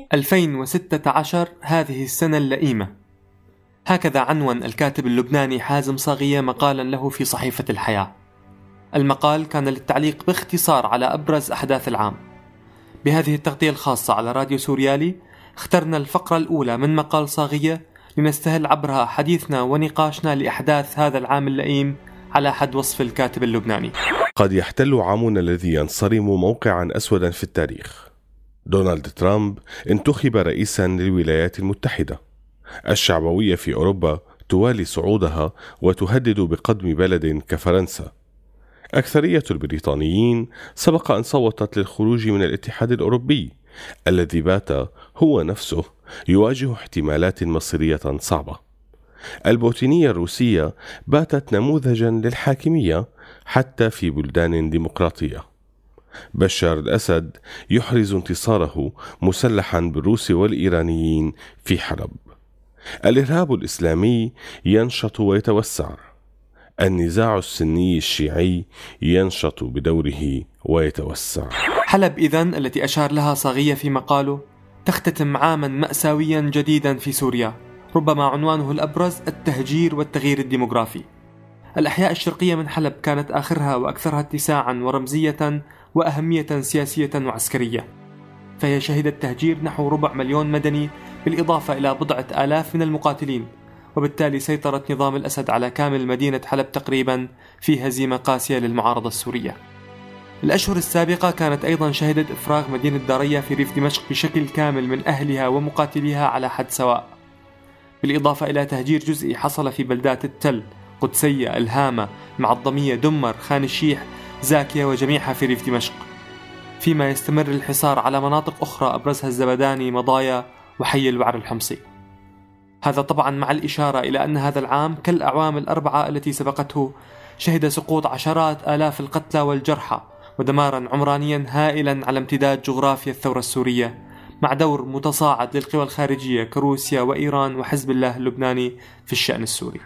2016 هذه السنة اللئيمة. هكذا عنوان الكاتب اللبناني حازم صاغية مقالا له في صحيفة الحياة. المقال كان للتعليق باختصار على أبرز أحداث العام. بهذه التغطية الخاصة على راديو سوريالي اخترنا الفقرة الأولى من مقال صاغية لنستهل عبرها حديثنا ونقاشنا لأحداث هذا العام اللئيم على حد وصف الكاتب اللبناني. قد يحتل عامنا الذي ينصرم موقعا أسودا في التاريخ. دونالد ترامب انتخب رئيسا للولايات المتحدة. الشعبوية في أوروبا توالي صعودها وتهدد بقدم بلد كفرنسا. أكثرية البريطانيين سبق أن صوتت للخروج من الاتحاد الأوروبي الذي بات هو نفسه يواجه احتمالات مصيرية صعبة. البوتينية الروسية باتت نموذجا للحاكمية حتى في بلدان ديمقراطية. بشار الأسد يحرز انتصاره مسلحا بالروس والإيرانيين في حلب. الإرهاب الإسلامي ينشط ويتوسع. النزاع السني الشيعي ينشط بدوره ويتوسع. حلب إذن التي أشار لها صاغية في مقاله تختتم عاما مأساويا جديدا في سوريا، ربما عنوانه الأبرز التهجير والتغيير الديموغرافي. الأحياء الشرقية من حلب كانت آخرها وأكثرها اتساعا ورمزية وأهمية سياسية وعسكرية، فهي شهدت تهجير نحو 250,000 مدني بالإضافة إلى 10,000 من المقاتلين، وبالتالي سيطرت نظام الأسد على كامل مدينة حلب تقريبا في هزيمة قاسية للمعارضة السورية. الأشهر السابقة كانت أيضا شهدت إفراغ مدينة دارية في ريف دمشق بشكل كامل من أهلها ومقاتليها على حد سواء، بالإضافة إلى تهجير جزئي حصل في بلدات التل، قدسية، الهامة، معظمية، دمر، خان الشيح، زاكية وجميعها في ريف دمشق، فيما يستمر الحصار على مناطق أخرى أبرزها الزبداني، مضايا، وحي الوعر الحمصي. هذا طبعا مع الإشارة إلى أن هذا العام كالأعوام الأربعة التي سبقته شهد سقوط عشرات آلاف القتلى والجرحى ودمارا عمرانيا هائلا على امتداد جغرافيا الثورة السورية، مع دور متصاعد للقوى الخارجية كروسيا وإيران وحزب الله اللبناني في الشأن السوري.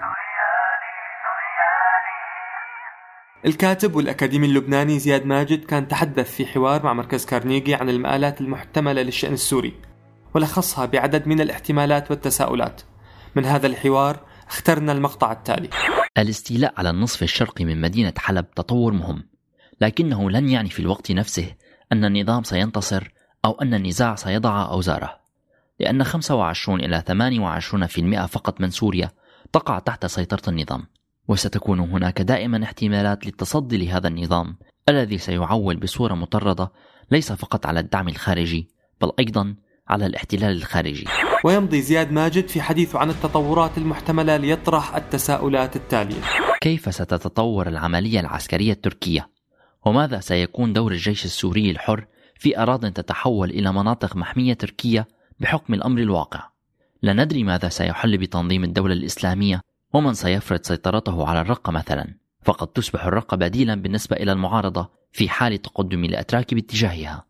الكاتب والأكاديمي اللبناني زياد ماجد كان تحدث في حوار مع مركز كارنيجي عن المآلات المحتملة للشأن السوري، ولخصها بعدد من الاحتمالات والتساؤلات. من هذا الحوار اخترنا المقطع التالي. الاستيلاء على النصف الشرقي من مدينة حلب تطور مهم، لكنه لن يعني في الوقت نفسه أن النظام سينتصر أو أن النزاع سيضع أوزاره، لأن 25 إلى 28% فقط من سوريا تقع تحت سيطرة النظام، وستكون هناك دائما احتمالات للتصدي لهذا النظام الذي سيعول بصورة مطردة ليس فقط على الدعم الخارجي بل أيضا على الاحتلال الخارجي. ويمضي زياد ماجد في حديثه عن التطورات المحتملة ليطرح التساؤلات التالية. كيف ستتطور العملية العسكرية التركية؟ وماذا سيكون دور الجيش السوري الحر في أراضٍ تتحول إلى مناطق محمية تركية بحكم الأمر الواقع؟ لا ندري ماذا سيحل بتنظيم الدولة الإسلامية ومن سيفرض سيطرته على الرقة مثلا، فقد تصبح الرقة بديلا بالنسبة إلى المعارضة في حال تقدم الأتراك باتجاهها.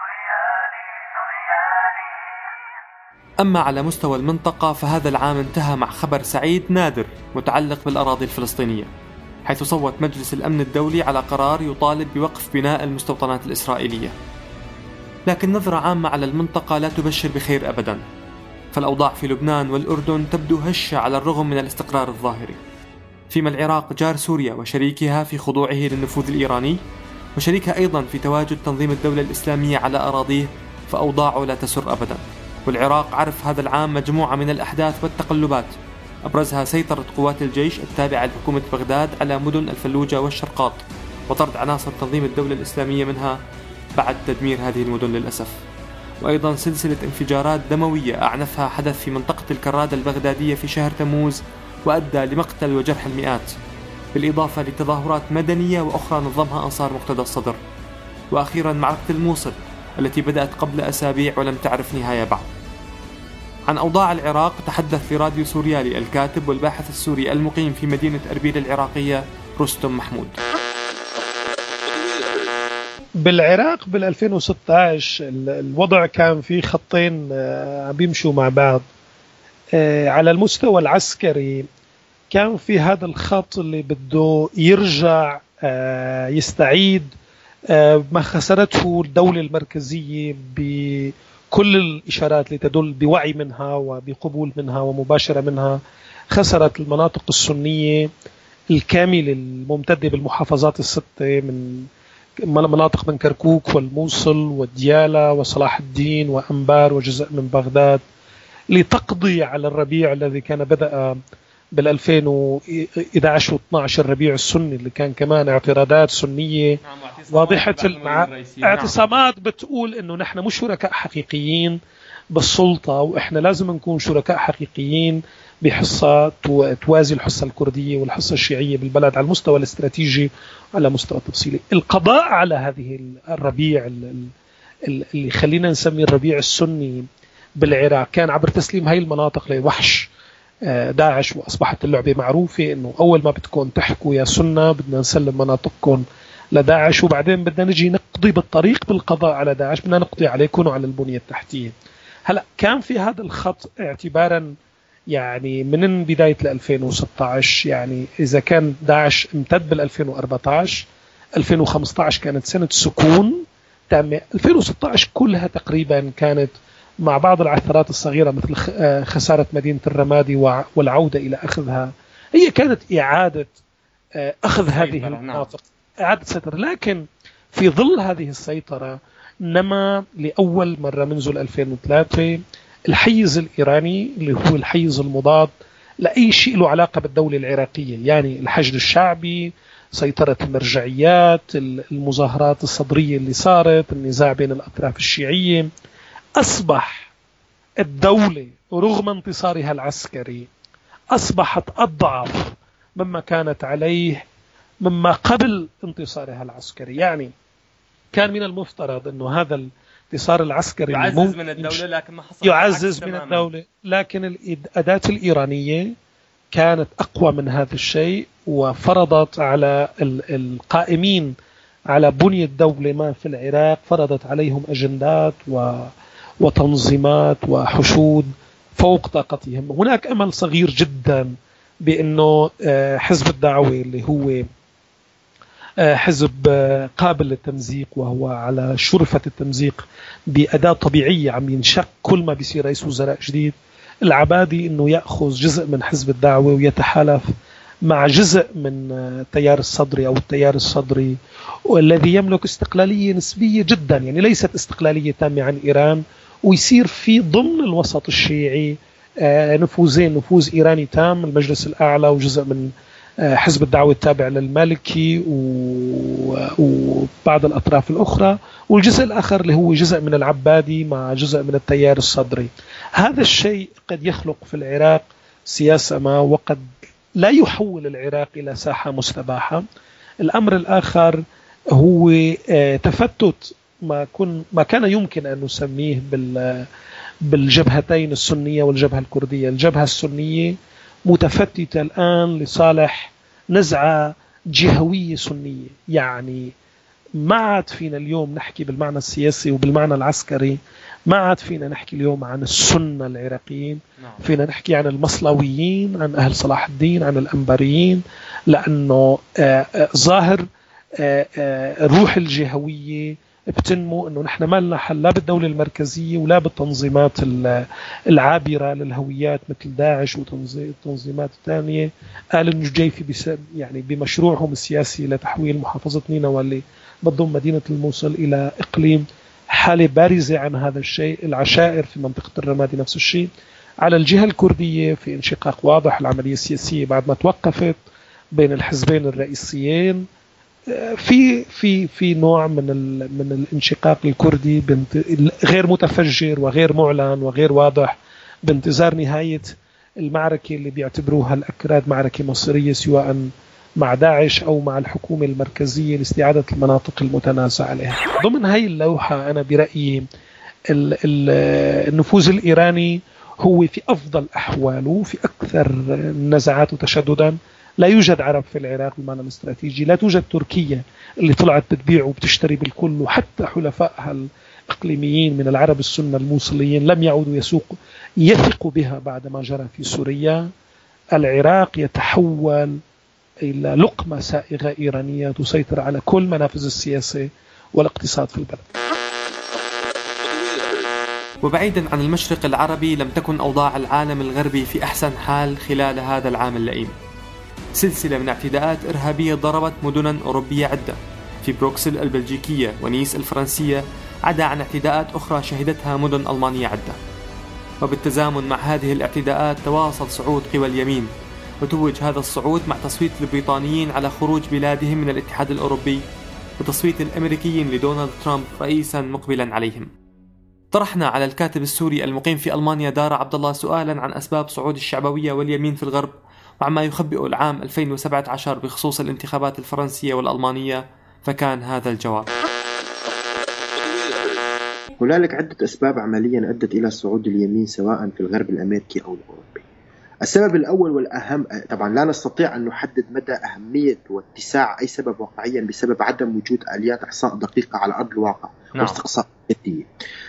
أما على مستوى المنطقة فهذا العام انتهى مع خبر سعيد نادر متعلق بالأراضي الفلسطينية، حيث صوت مجلس الأمن الدولي على قرار يطالب بوقف بناء المستوطنات الإسرائيلية. لكن نظرة عامة على المنطقة لا تبشر بخير أبدا، فالأوضاع في لبنان والأردن تبدو هشة على الرغم من الاستقرار الظاهري، فيما العراق جار سوريا وشريكها في خضوعه للنفوذ الإيراني، وشريكها أيضا في تواجد تنظيم الدولة الإسلامية على أراضيه، فأوضاعه لا تسر أبدا. والعراق عرف هذا العام مجموعة من الأحداث والتقلبات، أبرزها سيطرة قوات الجيش التابعة لحكومة بغداد على مدن الفلوجة والشرقاط، وطرد عناصر تنظيم الدولة الإسلامية منها بعد تدمير هذه المدن للأسف. وأيضا سلسلة انفجارات دموية أعنفها حدث في منطقة الكرادة البغدادية في شهر تموز وأدى لمقتل وجرح المئات، بالإضافة لتظاهرات مدنية وأخرى نظمها أنصار مقتدى الصدر. وأخيرا معركة الموصل التي بدأت قبل أسابيع ولم تعرف نهاية بعد. عن أوضاع العراق تحدث في راديو سوريالي الكاتب والباحث السوري المقيم في مدينة أربيل العراقية رستم محمود. بالعراق بال2016 الوضع كان في خطين بيمشوا مع بعض. على المستوى العسكري كان في هذا الخط اللي بده يرجع يستعيد ما خسرته الدولة المركزية كل الإشارات لتدل بوعي منها وبقبول منها ومباشرة منها. خسرت المناطق السنية الكاملة الممتدة بالمحافظات الستة، من مناطق من كركوك والموصل والديالى وصلاح الدين وأنبار وجزء من بغداد، لتقضي على الربيع الذي كان بدأ بال2011 و12، الربيع السني اللي كان كمان اعتراضات سنية واضحة اعتصامات بتقول انه نحن مش شركاء حقيقيين بالسلطة، واحنا لازم نكون شركاء حقيقيين بحصة توازي الحصة الكردية والحصة الشيعية بالبلد على المستوى الاستراتيجي وعلى مستوى التفصيلي. القضاء على هذه الربيع اللي خلينا نسميه الربيع السني بالعراق كان عبر تسليم هاي المناطق لوحش داعش، وأصبحت اللعبة معروفة إنه أول ما بدكم تحكوا يا سنة بدنا نسلم مناطقكم لداعش، وبعدين بدنا نجي نقضي بالطريق بالقضاء على داعش، بدنا نقضي عليكم وعلى البنية التحتية. هلأ كان في هذا الخط اعتبارا يعني من بداية 2016، يعني إذا كان داعش امتد بال2014 2015 كانت سنة سكون تامة، 2016 كلها تقريبا كانت مع بعض العثرات الصغيرة مثل خسارة مدينة الرمادي والعودة إلى أخذها، هي كانت إعادة أخذ هذه المناطق، إعادة سيطرة. لكن في ظل هذه السيطرة نما لأول مرة منذ 2003 الحيز الإيراني اللي هو الحيز المضاد لأي شيء له علاقة بالدولة العراقية، يعني الحشد الشعبي، سيطرة المرجعيات، المظاهرات الصدرية اللي صارت، النزاع بين الأطراف الشيعية. أصبح الدولة رغم انتصارها العسكري أصبحت أضعف مما كانت عليه مما قبل انتصارها العسكري. يعني كان من المفترض أنه هذا الانتصار العسكري يعزز من الدولة، لكن ما حصل، يعزز من الدولة، لكن الأداة الإيرانية كانت أقوى من هذا الشيء، وفرضت على القائمين على بنية الدولة ما في العراق، فرضت عليهم أجندات وتنظيمات وحشود فوق طاقتهم. هناك أمل صغير جدا بأنه حزب الدعوة اللي هو حزب قابل للتمزيق وهو على شرفة التمزيق بأداة طبيعية، عم ينشق كل ما بيصير رئيس وزراء جديد، العبادي أنه يأخذ جزء من حزب الدعوة ويتحالف مع جزء من التيار الصدري أو التيار الصدري والذي يملك استقلالية نسبية جدا، يعني ليست استقلالية تامة عن إيران، ويصير في ضمن الوسط الشيعي نفوذين، نفوذ إيراني تام المجلس الأعلى وجزء من حزب الدعوة التابع للمالكي وبعض الأطراف الأخرى، والجزء الآخر اللي هو جزء من العبادي مع جزء من التيار الصدري. هذا الشيء قد يخلق في العراق سياسة ما، وقد لا يحول العراق إلى ساحة مستباحة. الأمر الآخر هو تفتت ما كان يمكن أن نسميه بالجبهتين السنية والجبهة الكردية. الجبهة السنية متفتتة الآن لصالح نزعة جهوية سنية، يعني ما عاد فينا اليوم نحكي بالمعنى السياسي وبالمعنى العسكري، ما عاد فينا نحكي اليوم عن السنة العراقيين، فينا نحكي عن المصلويين، عن أهل صلاح الدين، عن الأنباريين، لأنه ظاهر روح الجهوية بتنمو، أنه نحن ما لنا حل لا بالدولة المركزية ولا بالتنظيمات العابرة للهويات مثل داعش والتنظيمات الثانية. آل النجيفي يعني بمشروعهم السياسي لتحويل محافظة نينوى اللي بتضم مدينة الموصل إلى إقليم حالة بارزة عن هذا الشيء. العشائر في منطقة الرمادي نفس الشيء. على الجهة الكردية في انشقاق واضح، العملية السياسية بعد ما توقفت بين الحزبين الرئيسيين في نوع من الانشقاق الكردي غير متفجر وغير معلن وغير واضح، بانتظار نهاية المعركة اللي بيعتبروها الأكراد معركة مصيرية سواء مع داعش أو مع الحكومة المركزية لاستعادة المناطق المتنازع عليها. ضمن هاي اللوحة أنا برأيي النفوذ الإيراني هو في أفضل أحواله، في أكثر النزاعات تشددا. لا يوجد عرب في العراق بالمعنى الاستراتيجي، لا توجد تركيا اللي طلعت بتبيع وبتشتري بالكل، وحتى حلفائها الإقليميين من العرب السنة الموصليين لم يعودوا يثقوا بها بعد ما جرى في سوريا. العراق يتحول إلى لقمة سائغة إيرانية تسيطر على كل منافذ السياسة والاقتصاد في البلد. وبعيدا عن المشرق العربي لم تكن أوضاع العالم الغربي في أحسن حال خلال هذا العام اللئيم. سلسلة من اعتداءات إرهابية ضربت مدنا أوروبية عدة في بروكسل البلجيكية ونيس الفرنسية، عدا عن اعتداءات أخرى شهدتها مدن ألمانية عدة. وبالتزامن مع هذه الاعتداءات تواصل صعود قوى اليمين، وتوج هذا الصعود مع تصويت البريطانيين على خروج بلادهم من الاتحاد الأوروبي وتصويت الأمريكيين لدونالد ترامب رئيسا مقبلا عليهم. طرحنا على الكاتب السوري المقيم في ألمانيا دار عبد الله سؤالا عن أسباب صعود الشعبوية واليمين في الغرب وعما يخبئ العام 2017 بخصوص الانتخابات الفرنسية والألمانية، فكان هذا الجواب: هنالك عدة أسباب عمليا أدت إلى صعود اليمين سواء في الغرب الأمريكي أو الأوروبي. السبب الأول والأهم، طبعا لا نستطيع أن نحدد مدى أهمية واتساع أي سبب واقعيا بسبب عدم وجود آليات إحصاء دقيقة على أرض الواقع واستقصاء جدية.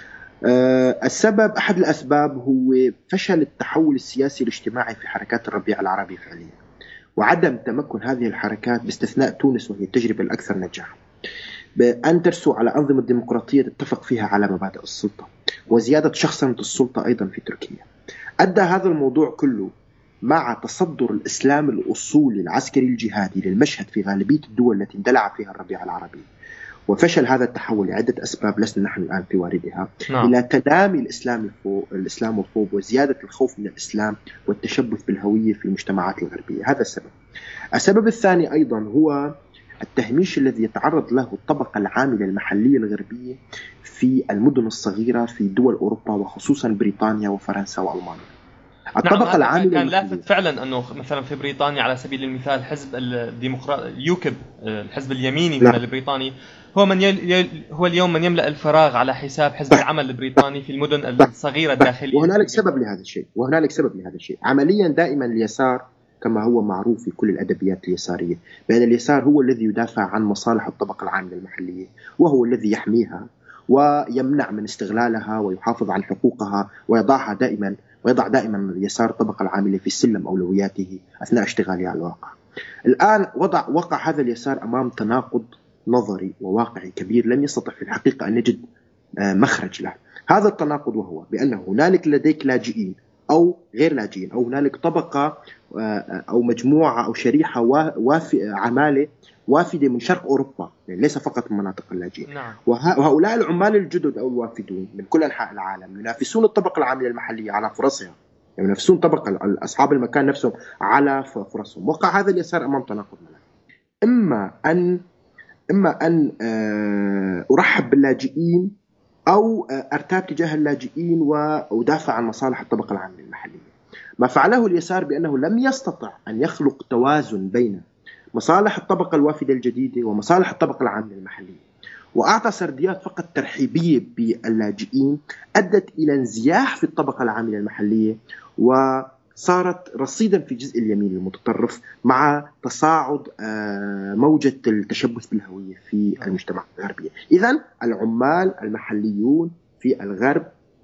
السبب، أحد الأسباب هو فشل التحول السياسي الاجتماعي في حركات الربيع العربي فعليا، وعدم تمكن هذه الحركات باستثناء تونس وهي التجربة الأكثر نجاحا بأن ترسو على أنظمة ديمقراطية تتفق فيها على مبادئ السلطة، وزيادة شخصنة السلطة أيضا في تركيا. أدى هذا الموضوع كله مع تصدر الإسلام الأصولي العسكري الجهادي للمشهد في غالبية الدول التي اندلع فيها الربيع العربي، وفشل هذا التحول لعدة أسباب لسنا نحن الآن في واردها، إلى تنامي الإسلاموفوب وزيادة الخوف من الإسلام والتشبث بالهوية في المجتمعات الغربية. هذا السبب. السبب الثاني أيضا هو التهميش الذي يتعرض له الطبقة العاملة المحلية الغربية في المدن الصغيرة في دول أوروبا وخصوصا بريطانيا وفرنسا وألمانيا. الطبقة العاملة كان لافت فعلا أنه مثلا في بريطانيا على سبيل المثال حزب اليوكيب، الحزب اليميني من البريطاني، هو اليوم من يملأ الفراغ على حساب حزب العمل البريطاني في المدن الصغيرة الداخلية. وهنالك سبب لهذا الشيء. عمليا دائما اليسار كما هو معروف في كل الأدبيات اليسارية بأن اليسار هو الذي يدافع عن مصالح الطبقة العاملة المحلية، وهو الذي يحميها ويمنع من استغلالها ويحافظ على حقوقها، ويضع دائما اليسار الطبقة العاملة في سلم أولوياته أثناء اشتغاله على الواقع. الآن وقع هذا اليسار أمام تناقض نظري وواقعي كبير لم يستطع في الحقيقة أن يجد مخرج له. هذا التناقض وهو بأن هنالك لديك لاجئين أو غير لاجئين، أو هنالك طبقة أو مجموعة أو شريحة عمالة وافدة من شرق أوروبا، يعني ليس فقط من مناطق اللاجئين. وهؤلاء العمال الجدد أو الوافدون من كل أنحاء العالم ينافسون الطبقة العاملة المحلية على فرصها، يعني ينافسون طبقة أصحاب المكان نفسهم على فرصهم. وقع هذا اليسار أمام تناقض ملك: إما أن أرحب باللاجئين أو أرتاب تجاه اللاجئين وأدافع عن مصالح الطبقة العاملة المحلية. ما فعله اليسار بأنه لم يستطع أن يخلق توازن بين مصالح الطبقة الوافدة الجديدة ومصالح الطبقة العاملة المحلية، وأعطى سرديات فقط ترحيبية باللاجئين أدت إلى انزياح في الطبقة العاملة المحلية، وصارت رصيدا في جزء اليمين المتطرف مع تصاعد موجة التشبث بالهوية في المجتمع الغربية. إذن العمال المحليون في الغرب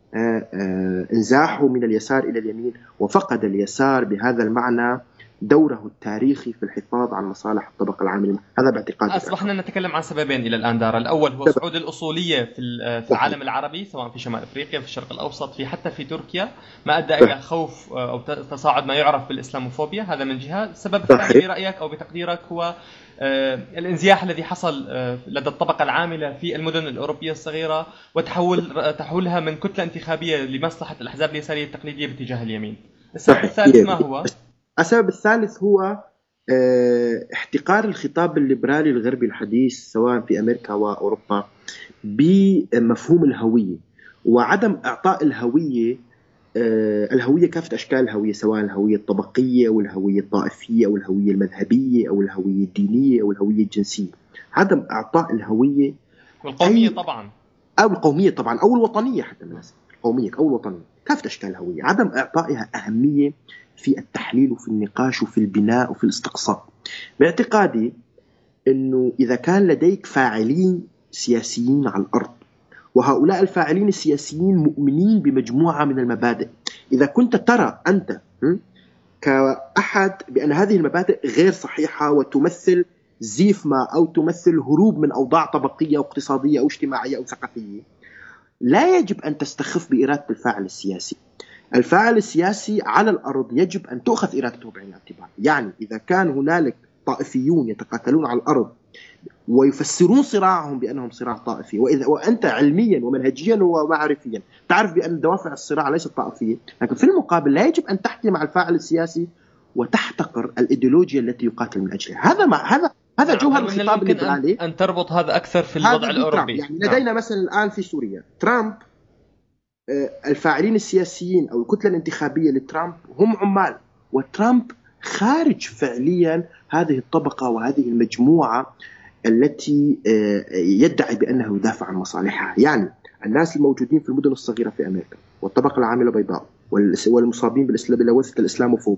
انزاحوا من اليسار إلى اليمين، وفقد اليسار بهذا المعنى دوره التاريخي في الحفاظ عن مصالح الطبقة العاملة. هذا باعتقادي. أصبحنا نتكلم عن سببين إلى الآن دار. الأول هو صعود الأصولية في العالم العربي سواء في شمال أفريقيا في الشرق الأوسط حتى في تركيا، ما أدى إلى خوف أو تصاعد ما يعرف بالإسلاموفوبيا. هذا من جهة. السبب الثاني برأيك أو بتقديرك هو الانزياح الذي حصل لدى الطبقة العاملة في المدن الأوروبية الصغيرة وتحولها من كتلة انتخابية لمصلحة الأحزاب اليسارية التقليدية باتجاه اليمين. السبب الثالث ما هو؟ السبب الثالث هو احتقار الخطاب الليبرالي الغربي الحديث سواء في أمريكا وأوروبا بمفهوم الهوية، وعدم إعطاء الهوية كافة أشكال الهوية، سواء الهوية الطبقية أو الهوية الطائفية أو الهوية المذهبية أو الهوية الدينية أو الهوية الجنسية. عدم إعطاء الهوية والقومية طبعا أو القومية طبعا أو الوطنية، حتى من القومية أو الوطنية، كافة أشكال الهوية، عدم إعطائها أهمية في التحليل وفي النقاش وفي البناء وفي الاستقصاء. باعتقادي أنه إذا كان لديك فاعلين سياسيين على الأرض وهؤلاء الفاعلين السياسيين مؤمنين بمجموعة من المبادئ، إذا كنت ترى أنت كأحد بأن هذه المبادئ غير صحيحة وتمثل زيف ما أو تمثل هروب من أوضاع طبقية أو اقتصادية أو اجتماعية أو ثقافية، لا يجب أن تستخف بإرادة الفاعل السياسي. الفاعل السياسي على الأرض يجب أن تؤخذ إرادته بعين الاعتبار. يعني إذا كان هنالك طائفيون يتقاتلون على الأرض ويفسرون صراعهم بأنهم صراع طائفي، وأنت علميا ومنهجيا ومعرفيا تعرف بأن دوافع الصراع ليست طائفية، لكن في المقابل لا يجب أن تحكي مع الفاعل السياسي وتحتقر الإيديولوجيا التي يقاتل من أجلها. هذا جوهر الخطاب الليبرالي. أن تربط هذا أكثر في الوضع الأوروبي. يعني لدينا مثلا الآن في سوريا ترامب، الفاعلين السياسيين أو الكتلة الانتخابية لترامب هم عمال، وترامب خارج فعليا هذه الطبقة وهذه المجموعة التي يدعي بأنه يدافع عن مصالحها. يعني الناس الموجودين في المدن الصغيرة في أمريكا والطبقة العاملة البيضاء والمصابين بلوثة الإسلاموفوب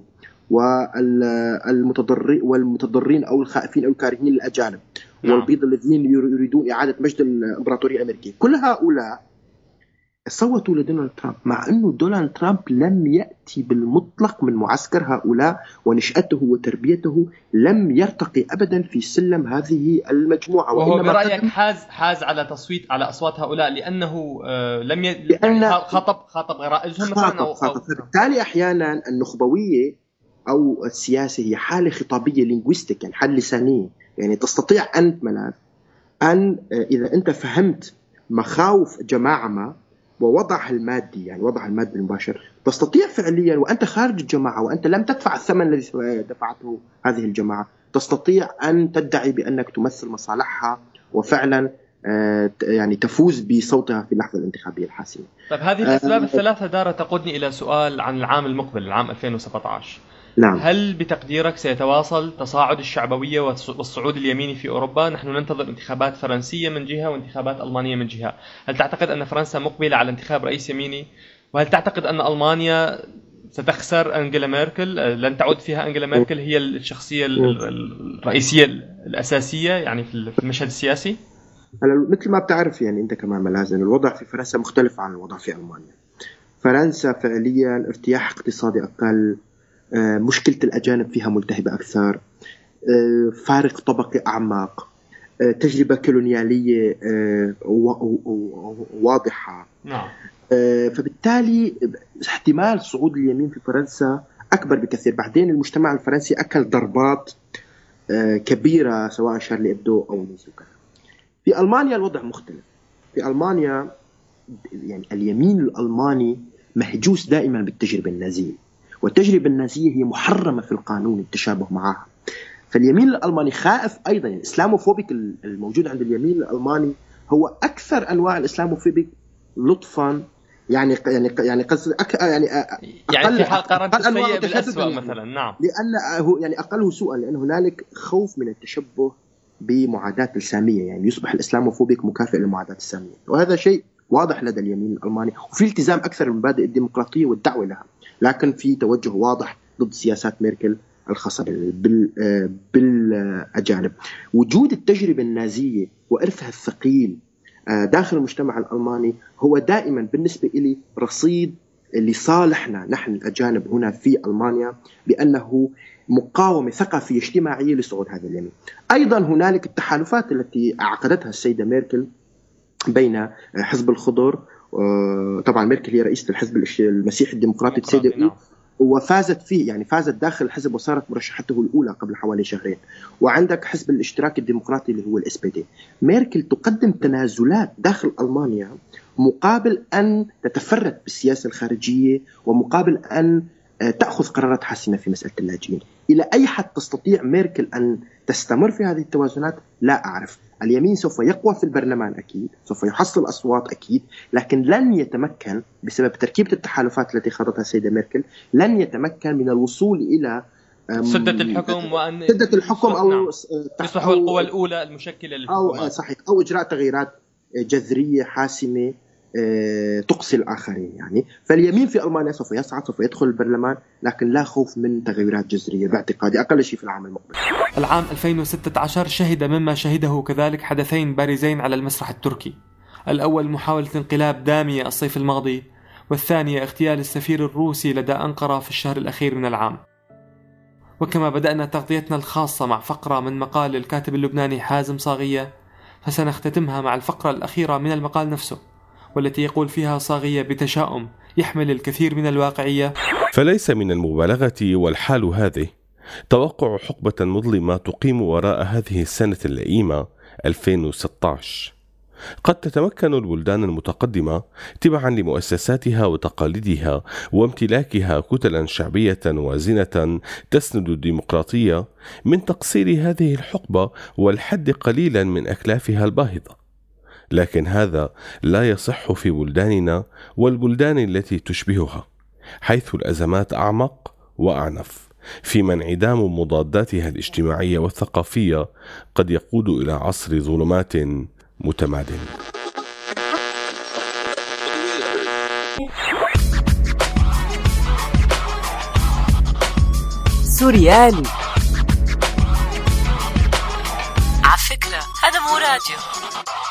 والمتضررين أو الخائفين أو الكارهين للأجانب والبيض الذين يريدون إعادة مجد الإمبراطورية الأمريكية، كل هؤلاء صوتوا لدونالد ترامب، مع أنه دونالد ترامب لم يأتي بالمطلق من معسكر هؤلاء، ونشأته وتربيته لم يرتقي أبدا في سلم هذه المجموعة. وهو برأيك حاز على تصويت على أصوات هؤلاء لأنه لأن خاطب غرائزهم مثلا فبالتالي أحيانا النخبوية أو السياسة هي حالة خطابية لينغويستيك، يعني حالة لسانية. يعني تستطيع أنت ملاذ أن إذا أنت فهمت مخاوف جماعة ما ووضعها المادي، يعني وضعها المادي المباشر، تستطيع فعليا وأنت خارج الجماعة وأنت لم تدفع الثمن الذي دفعته هذه الجماعة، تستطيع أن تدعي بأنك تمثل مصالحها وفعلا يعني تفوز بصوتها في اللحظة الانتخابية الحاسمة. طيب هذه الأسباب الثلاثة دارة تقودني إلى سؤال عن العام المقبل، العام 2017. نعم. هل بتقديرك سيتواصل تصاعد الشعبوية والصعود اليميني في أوروبا؟ نحن ننتظر انتخابات فرنسية من جهة وانتخابات ألمانية من جهة. هل تعتقد أن فرنسا مقبلة على انتخاب رئيس يميني؟ وهل تعتقد أن ألمانيا ستخسر أنجيلا ميركل؟ لن تعود فيها أنجيلا ميركل هي الشخصية الرئيسية الأساسية يعني في المشهد السياسي؟ مثل ما بتعرف يعني أنت كمان ملازم، الوضع في فرنسا مختلف عن الوضع في ألمانيا. فرنسا فعليا ارتياح اقتصادي أقل، مشكلة الأجانب فيها ملتهبة أكثر، فارق طبقي أعمق، تجربة كولونيالية واضحة. نعم. فبالتالي احتمال صعود اليمين في فرنسا أكبر بكثير. بعدين المجتمع الفرنسي أكل ضربات كبيرة سواء شارلي إبدو أو نيزوكا. في ألمانيا الوضع مختلف. في ألمانيا يعني اليمين الألماني مهجوس دائما بالتجربة النازية، والتجربة النازية هي محرمة في القانون التشابه معها. فاليمين الألماني خائف أيضا، يعني الإسلاموفوبيك الموجود عند اليمين الألماني هو أكثر أنواع الإسلاموفوبيك لطفا، يعني قصد يعني في حال قارنت السيء بالأسوأ مثلا. نعم. لأنه يعني أقله سوءا، لأن هنالك خوف من التشبه بمعاداة السامية، يعني يصبح الإسلاموفوبيك مكافئ للمعاداة السامية، وهذا شيء واضح لدى اليمين الألماني. وفي التزام أكثر بالمبادئ الديمقراطية والدعوة لها، لكن في توجه واضح ضد سياسات ميركل الخاصة بالأجانب. وجود التجربة النازية وإرثها الثقيل داخل المجتمع الألماني هو دائما بالنسبة إلي رصيد لصالحنا نحن الأجانب هنا في ألمانيا، بأنه مقاومة ثقافية اجتماعية لصعود هذا اليمين. أيضا هنالك التحالفات التي عقدتها السيدة ميركل بين حزب الخضر، طبعا ميركل هي رئيسة الحزب المسيحي الديمقراطي السيدة، وفازت فيه، يعني فازت داخل الحزب وصارت مرشحته الأولى قبل حوالي شهرين. وعندك حزب الاشتراك الديمقراطي اللي هو الSPD. ميركل تقدم تنازلات داخل ألمانيا مقابل أن تتفرد بالسياسة الخارجية، ومقابل أن تأخذ قرارات حاسمة في مسألة اللاجئين. إلى أي حد تستطيع ميركل أن تستمر في هذه التوازنات لا أعرف. اليمين سوف يقوى في البرلمان أكيد، سوف يحصل أصوات أكيد، لكن لن يتمكن بسبب تركيبة التحالفات التي خاضتها السيدة ميركل، لن يتمكن من الوصول إلى سدة الحكم، وأن سدة الحكم أو تصبح القوى الأولى المشكلة للحكومات، أو صحيح، أو إجراء تغييرات جذرية حاسمة تقصي الآخرين. يعني فاليمين في ألمانيا سوف يصعد، سوف يدخل البرلمان، لكن لا خوف من تغيرات جذرية باعتقادي، أقل شيء في العام المقبل. العام 2016 شهد مما شهده كذلك حدثين بارزين على المسرح التركي. الأول محاولة انقلاب دامية الصيف الماضي، والثانية اغتيال السفير الروسي لدى أنقرة في الشهر الأخير من العام. وكما بدأنا تغطيتنا الخاصة مع فقرة من مقال الكاتب اللبناني حازم صاغية، فسنختتمها مع الفقرة الأخيرة من المقال نفسه، والتي يقول فيها صاغية بتشاؤم يحمل الكثير من الواقعية: فليس من المبالغة والحال هذه توقع حقبة مظلمة تقيم وراء هذه السنة اللئيمة 2016. قد تتمكن البلدان المتقدمة تبعا لمؤسساتها وتقاليدها وامتلاكها كتلا شعبية وازنة تسند الديمقراطية من تقصير هذه الحقبة والحد قليلا من أكلافها الباهظة، لكن هذا لا يصح في بلداننا والبلدان التي تشبهها، حيث الأزمات أعمق وأعنف، فيما انعدام مضاداتها الاجتماعية والثقافية قد يقود إلى عصر ظلمات متمادن. سوريالي على فكرة هذا مو راديو.